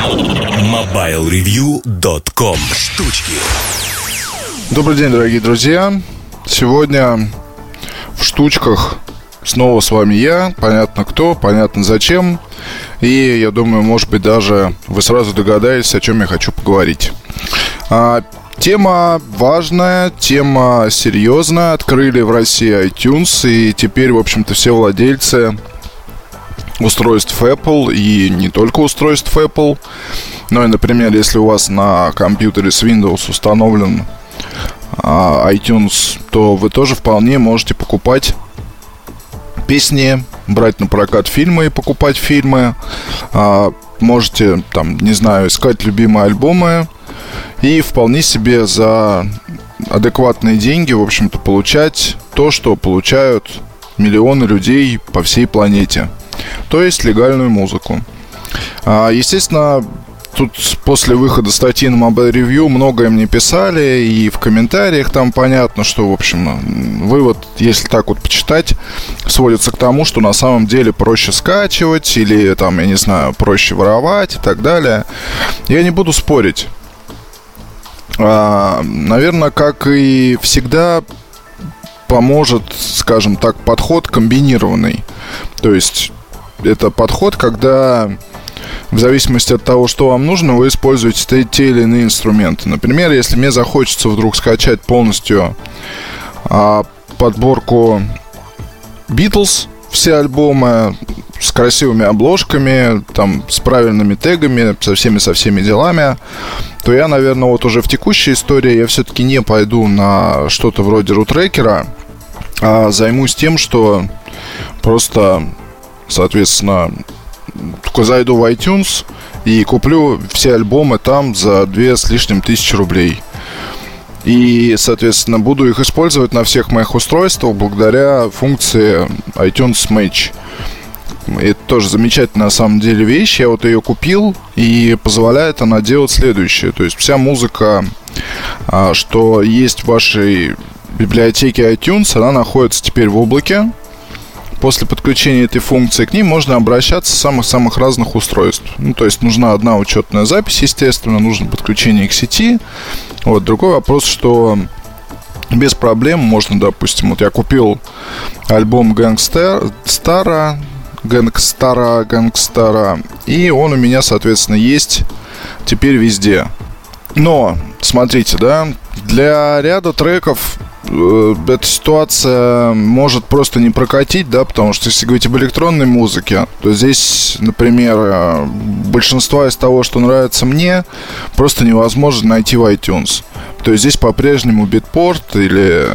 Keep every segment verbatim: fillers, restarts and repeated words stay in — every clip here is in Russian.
мобайл ревью точка ком. Штучки. Добрый день, дорогие друзья. Сегодня в штучках снова с вами я. Понятно кто, понятно зачем. И я думаю, может быть, даже вы сразу догадаетесь, о чем я хочу поговорить. а, Тема важная, тема серьезная. Открыли в России iTunes, и теперь, в общем-то, все владельцы устройств Apple, и не только устройств Apple, но и, например, если у вас на компьютере с Windows установлен а, iTunes, то вы тоже вполне можете покупать песни, брать на прокат фильмы и покупать фильмы. а, Можете, там, не знаю, искать любимые альбомы и вполне себе за адекватные деньги, в общем-то, получать то, что получают миллионы людей по всей планете. То есть легальную музыку. Естественно, тут после выхода статьи на Mobile Review многое мне писали, и в комментариях там понятно, что, в общем, вывод, если так вот почитать, сводится к тому, что на самом деле проще скачивать, или там, я не знаю, проще воровать и так далее. Я не буду спорить. Наверное, как и всегда, поможет, скажем так, подход комбинированный. То есть это подход, когда в зависимости от того, что вам нужно, вы используете те, те или иные инструменты. Например, если мне захочется вдруг скачать полностью а, подборку Beatles, все альбомы с красивыми обложками, там, с правильными тегами, со всеми, со всеми делами, то я, наверное, вот уже в текущей истории я все-таки не пойду на что-то вроде рутрекера, а займусь тем, что просто, соответственно, только зайду в iTunes и куплю все альбомы там за две с лишним тысячи рублей. И, соответственно, буду их использовать на всех моих устройствах благодаря функции iTunes Match. Это тоже замечательная на самом деле вещь. Я вот ее купил, и позволяет она делать следующее. То есть вся музыка, что есть в вашей библиотеке iTunes, она находится теперь в облаке. После подключения этой функции к ней можно обращаться с самых-самых разных устройств. Ну, то есть нужна одна учетная запись, естественно, нужно подключение к сети. Вот, другой вопрос, что без проблем можно, допустим, вот я купил альбом Гэнгстара, Гэнгстара, Гэнгстара, и он у меня, соответственно, есть теперь везде. Но, смотрите, да, для ряда треков эта ситуация может просто не прокатить, да, потому что если говорить об электронной музыке, то здесь, например, большинство из того, что нравится мне, просто невозможно найти в iTunes. То есть здесь по-прежнему Beatport или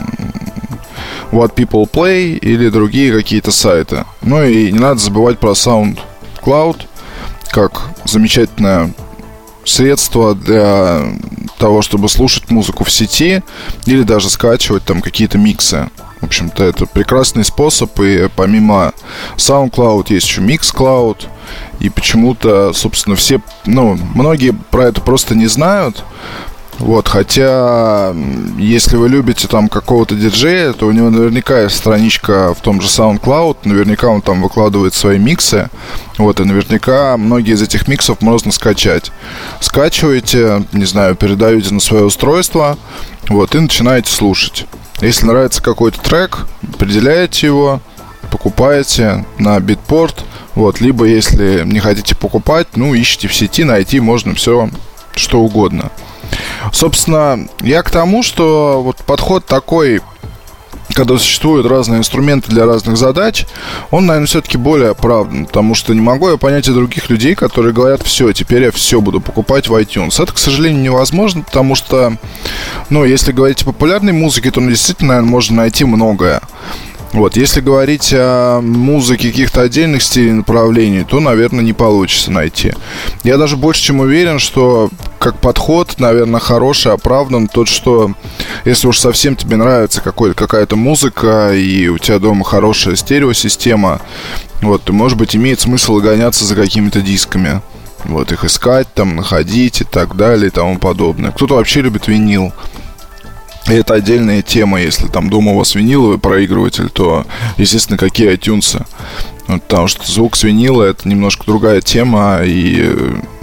What People Play или другие какие-то сайты. Ну и не надо забывать про SoundCloud как замечательное средство для того, чтобы слушать музыку в сети или даже скачивать там какие-то миксы. В общем-то, это прекрасный способ. И помимо SoundCloud есть еще MixCloud. И почему-то, собственно, все, ну, многие про это просто не знают. Вот, хотя, если вы любите там какого-то диджея, то у него наверняка есть страничка в том же SoundCloud, наверняка он там выкладывает свои миксы. Вот, и наверняка многие из этих миксов можно скачать. Скачиваете, не знаю, передаете на свое устройство, вот, и начинаете слушать. Если нравится какой-то трек, определяете его, покупаете на Beatport, вот, либо если не хотите покупать, ну, ищите в сети, найти можно все, что угодно. Собственно, я к тому, что вот подход такой, когда существуют разные инструменты для разных задач, он, наверное, все-таки более оправдан. Потому что не могу я понять и других людей, которые говорят: все, теперь я все буду покупать в iTunes. Это, к сожалению, невозможно, потому что, ну, если говорить о популярной музыке, то, ну, действительно, наверное, можно найти многое. Вот, если говорить о музыке каких-то отдельных стилей, направлений, то, наверное, не получится найти. Я даже больше чем уверен, что как подход, наверное, хороший, оправдан тот, что если уж совсем тебе нравится какая-то музыка, и у тебя дома хорошая стереосистема, вот, то, может быть, имеет смысл гоняться за какими-то дисками. Вот, их искать, там, находить и так далее и тому подобное. Кто-то вообще любит винил. И это отдельная тема. Если там дома у вас виниловый проигрыватель, то, естественно, какие iTunes. Вот, потому что звук с винила — это немножко другая тема. И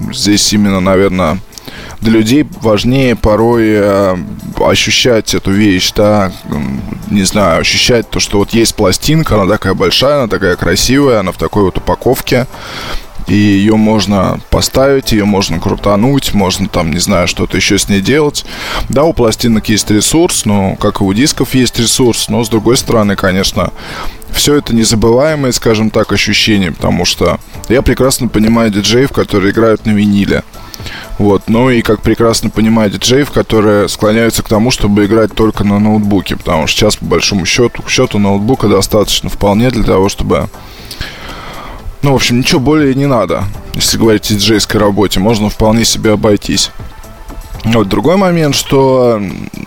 здесь именно, наверное, для людей важнее порой э, ощущать эту вещь, да, не знаю, ощущать то, что вот есть пластинка, она такая большая, она такая красивая, она в такой вот упаковке, и ее можно поставить, ее можно крутануть, можно там, не знаю, что-то еще с ней делать. Да, у пластинок есть ресурс, ну, как и у дисков есть ресурс, но, с другой стороны, конечно, все это незабываемые, скажем так, ощущения, потому что я прекрасно понимаю диджеев, которые играют на виниле. Вот, ну и как прекрасно понимаю диджеев, которые склоняются к тому, чтобы играть только на ноутбуке, потому что сейчас, по большому счету, счету ноутбука достаточно вполне для того, чтобы... Ну, в общем, ничего более не надо. Если говорить о диджейской работе, можно вполне себе обойтись. Вот другой момент, что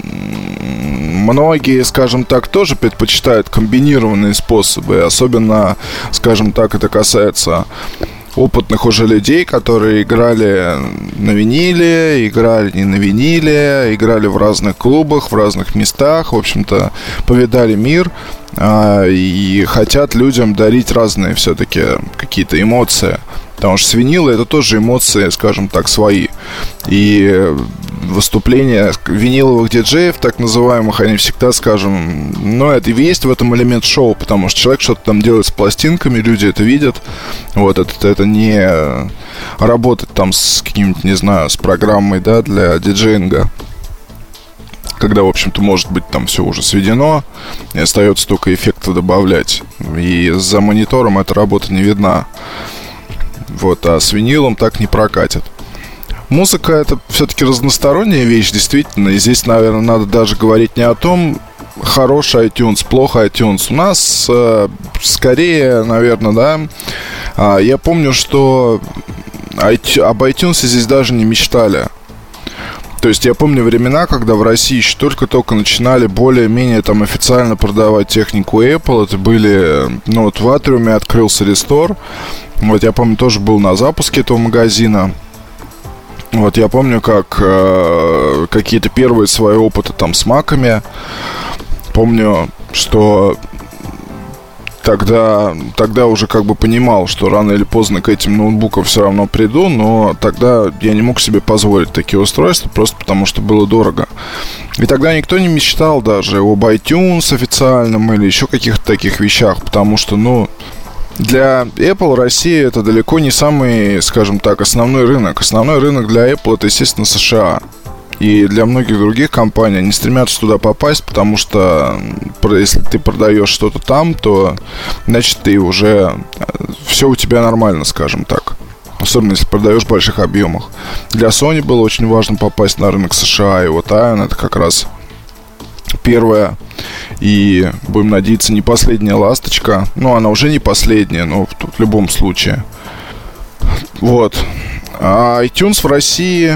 многие, скажем так, тоже предпочитают комбинированные способы. Особенно, скажем так, это касается опытных уже людей, которые играли на виниле, играли не на виниле, играли в разных клубах, в разных местах, в общем-то, повидали мир а, и хотят людям дарить разные все-таки какие-то эмоции. Потому что с винила это тоже эмоции, скажем так, свои. И выступления виниловых диджеев, так называемых, они всегда, скажем, ну, это и есть в этом элемент шоу, потому что человек что-то там делает с пластинками, люди это видят. Вот, это, это не работать там с каким-нибудь, не знаю, с программой, да, для диджеинга, когда, в общем-то, может быть, там все уже сведено, и остается только эффекты добавлять. И за монитором эта работа не видна. Вот, а с винилом так не прокатит. Музыка — это все-таки разносторонняя вещь, действительно. И здесь, наверное, надо даже говорить не о том, хороший iTunes, плохой iTunes. У нас э, скорее, наверное, да, э, я помню, что iTunes, об iTunes здесь даже не мечтали. То есть я помню времена, когда в России еще только-только начинали более-менее там официально продавать технику Apple. Это были, ну вот в Атриуме открылся рестор. Вот я помню, тоже был на запуске этого магазина. Вот я помню, как э, какие-то первые свои опыты там с маками. Помню, что тогда, тогда уже как бы понимал, что рано или поздно к этим ноутбукам все равно приду. Но тогда я не мог себе позволить такие устройства, просто потому что было дорого. И тогда никто не мечтал даже об iTunes официальном или еще каких-то таких вещах, потому что, ну... Для Apple Россия это далеко не самый, скажем так, основной рынок. Основной рынок для Apple это, естественно, США. И для многих других компаний они стремятся туда попасть, потому что если ты продаешь что-то там, то значит ты уже... Все у тебя нормально, скажем так. Особенно если продаешь в больших объемах. Для Sony было очень важно попасть на рынок США. И вот Ion это как раз первая и, будем надеяться, не последняя ласточка. Ну, она уже не последняя, но в, в любом случае. Вот. А iTunes в России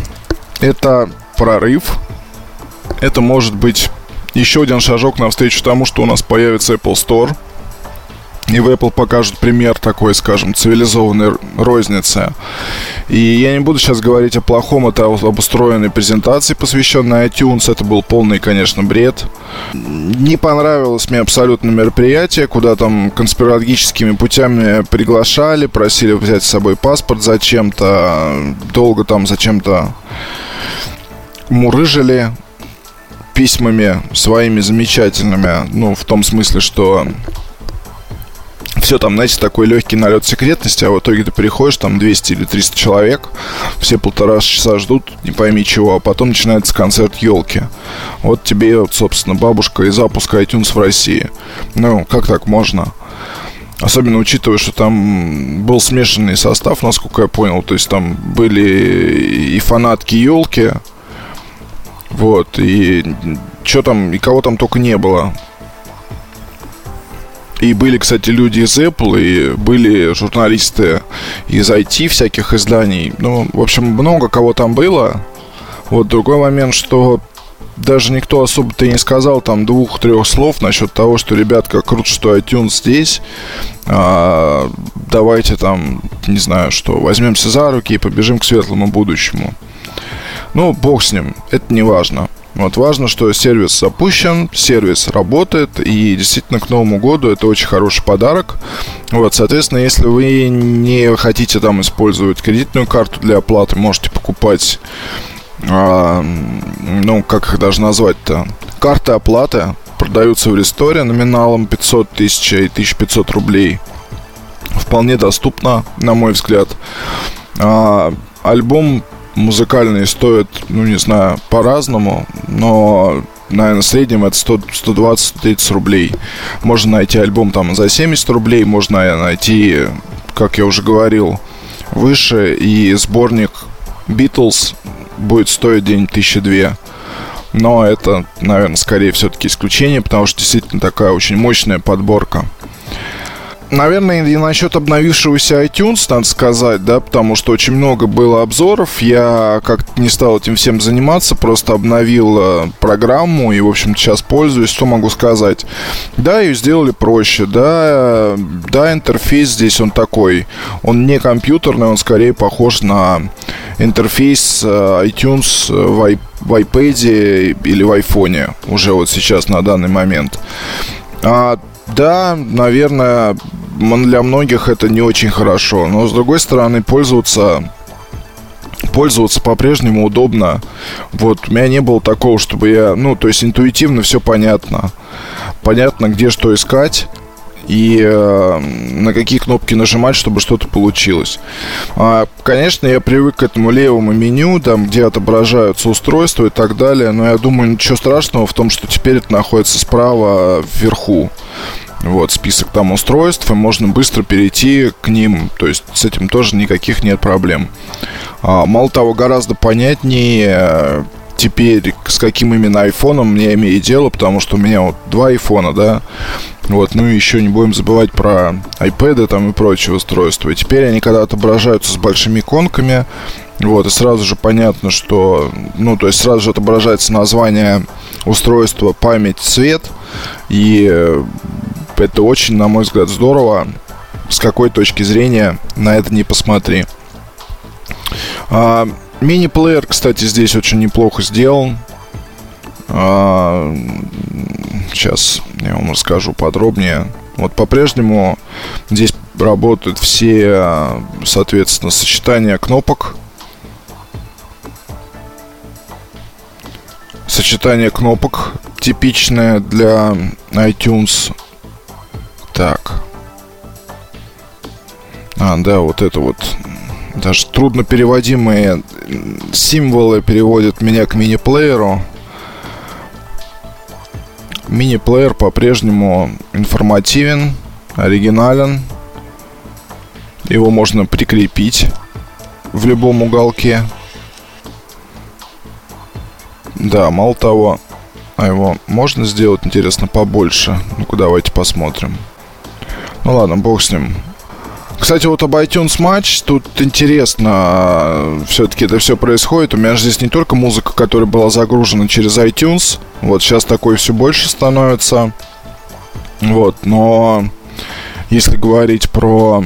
это прорыв. Это может быть еще один шажок навстречу тому, что у нас появится Apple Store. И в Apple покажут пример такой, скажем, цивилизованной розницы. И я не буду сейчас говорить о плохом, это об устроенной презентации, посвященной iTunes. Это был полный, конечно, бред. Не понравилось мне абсолютно мероприятие, куда там конспирологическими путями приглашали, просили взять с собой паспорт зачем-то, долго там зачем-то мурыжили письмами своими замечательными. Ну, в том смысле, что... Все там, знаете, такой легкий налет секретности, а в итоге ты приходишь, там двести или триста человек, все полтора часа ждут, не пойми чего, а потом начинается концерт елки. Вот тебе, вот, собственно, бабушка и запуск iTunes в России. Ну, как так можно? Особенно учитывая, что там был смешанный состав, насколько я понял. То есть там были и фанатки елки, вот, и что там, и кого там только не было. И были, кстати, люди из Apple, и были журналисты из ай ти всяких изданий. Ну, в общем, много кого там было. Вот другой момент, что даже никто особо-то и не сказал там двух-трех слов насчет того, что, ребят, как круто, что iTunes здесь. А, давайте там, не знаю что, возьмемся за руки и побежим к светлому будущему. Ну, бог с ним, это не важно. Вот важно, что сервис запущен, сервис работает, и действительно к Новому году это очень хороший подарок. Вот, соответственно, если вы не хотите там использовать кредитную карту для оплаты, можете покупать, а, ну, как их даже назвать-то, карты оплаты. Продаются в Ресторе номиналом пятьсот тысяч и тысяча пятьсот рублей. Вполне доступно, на мой взгляд. а, Альбом музыкальный стоит, ну, не знаю, по-разному, но, наверное, в среднем это сто двадцать - сто тридцать рублей. Можно найти альбом там за семьдесят рублей, можно найти, как я уже говорил, выше, и сборник Beatles будет стоить где-нибудь тысячи две. Но это, наверное, скорее все-таки исключение, потому что действительно такая очень мощная подборка. Наверное, и насчет обновившегося iTunes надо сказать, да, потому что очень много было обзоров. Я как-то не стал этим всем заниматься, просто обновил э, программу и, в общем, сейчас пользуюсь. Что могу сказать? Да, ее сделали проще, да, да, интерфейс здесь он такой. Он не компьютерный, он скорее похож на интерфейс э, iTunes в, i- в iPad или в iPhone уже вот сейчас на данный момент. А, да, наверное, для многих это не очень хорошо, но с другой стороны, пользоваться пользоваться по-прежнему удобно. Вот у меня не было такого, чтобы я, ну, то есть интуитивно все понятно. Понятно, где что искать и э, на какие кнопки нажимать, чтобы что-то получилось. а, Конечно, я привык к этому левому меню, там, где отображаются устройства и так далее. Но я думаю, ничего страшного в том, что теперь это находится справа вверху. Вот, список там устройств, и можно быстро перейти к ним. То есть с этим тоже никаких нет проблем. а, Мало того, гораздо понятнее теперь, с каким именно айфоном мне имеет дело, потому что у меня вот два айфона, да. Вот, ну и еще не будем забывать про iPad там и прочие устройства. И теперь они когда отображаются с большими иконками, вот, и сразу же понятно, что, ну, то есть сразу же отображается название устройства, память, цвет. И это очень, на мой взгляд, здорово. С какой точки зрения на это не посмотри. а, Мини-плеер, кстати, здесь очень неплохо сделан. а, Сейчас я вам расскажу подробнее. Вот по-прежнему здесь работают все, соответственно, сочетания кнопок. Сочетание кнопок типичное для iTunes. Так. А, да, вот это вот. Даже трудно переводимые символы переводят меня к мини-плееру. Мини-плеер по-прежнему информативен, оригинален. Его можно прикрепить в любом уголке. Да, мало того, а его можно сделать, интересно, побольше. Ну-ка, давайте посмотрим. Ну ладно, бог с ним. Кстати, вот об iTunes Match. Тут интересно, все-таки это все происходит. У меня же здесь не только музыка, которая была загружена через iTunes. Вот сейчас такое все больше становится. Вот, но если говорить про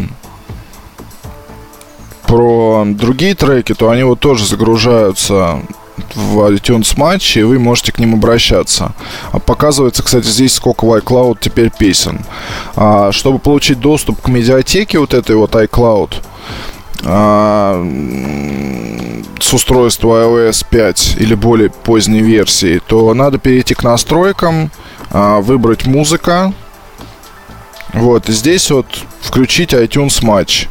про другие треки, то они вот тоже загружаются в iTunes Match, и вы можете к ним обращаться. А показывается, кстати, здесь сколько в iCloud теперь песен. а, Чтобы получить доступ к медиатеке вот этой вот iCloud а, с устройства iOS пять или более поздней версии, то надо перейти к настройкам, а, выбрать музыка. Вот, и здесь вот включить iTunes Match.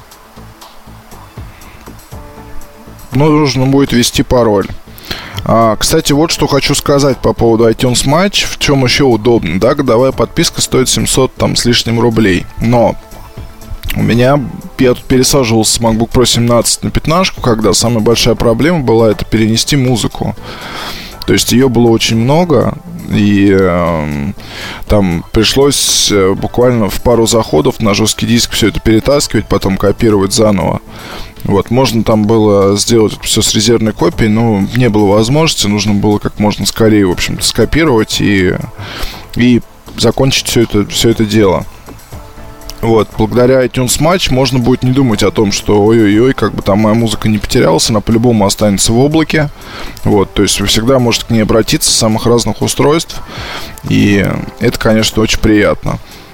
Но нужно будет ввести пароль. а, Кстати, вот что хочу сказать по поводу iTunes Match. В чем еще удобно, да, годовая подписка стоит семьсот там с лишним рублей. Но у меня, я тут пересаживался с MacBook Pro семнадцать на пятнашку, когда самая большая проблема была это перенести музыку. То есть ее было очень много. И э, там пришлось э, буквально в пару заходов на жесткий диск все это перетаскивать, потом копировать заново. Вот, можно там было сделать это все с резервной копией, но не было возможности. Нужно было как можно скорее, в общем-то, скопировать и, и закончить все это, все это дело. Вот, благодаря iTunes Match можно будет не думать о том, что ой-ой-ой, как бы там моя музыка не потерялась, она по-любому останется в облаке. Вот, то есть вы всегда можете к ней обратиться с самых разных устройств. И это, конечно, очень приятно.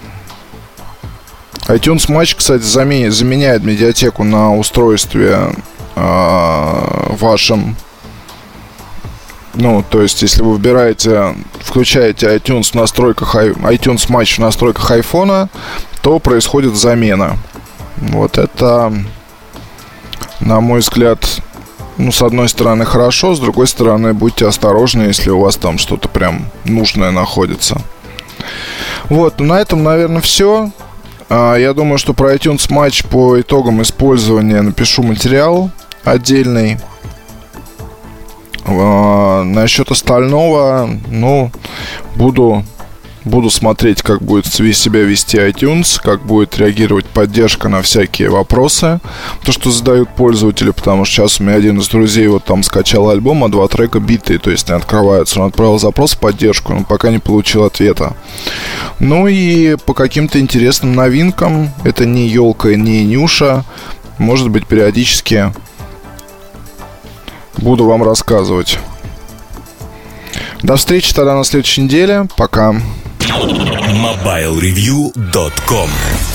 iTunes Match, кстати, заменяет, заменяет медиатеку на устройстве э, вашем. Ну, то есть, если вы выбираете, включаете iTunes в настройках, iTunes Match в настройках айфона, то происходит замена. Вот это, на мой взгляд, ну, с одной стороны, хорошо, с другой стороны, будьте осторожны, если у вас там что-то прям нужное находится. Вот, ну, на этом, наверное, все. Я думаю, что про iTunes Match по итогам использования напишу материал отдельный. Насчет остального, ну, буду, буду смотреть, как будет себя вести iTunes, как будет реагировать поддержка на всякие вопросы, то, что задают пользователи, потому что сейчас у меня один из друзей вот там скачал альбом, а два трека битые, то есть не открываются. Он отправил запрос в поддержку, но пока не получил ответа. Ну и по каким-то интересным новинкам, это не елка, не Нюша, может быть, периодически буду вам рассказывать. До встречи тогда на следующей неделе. Пока. мобайл ревью точка ком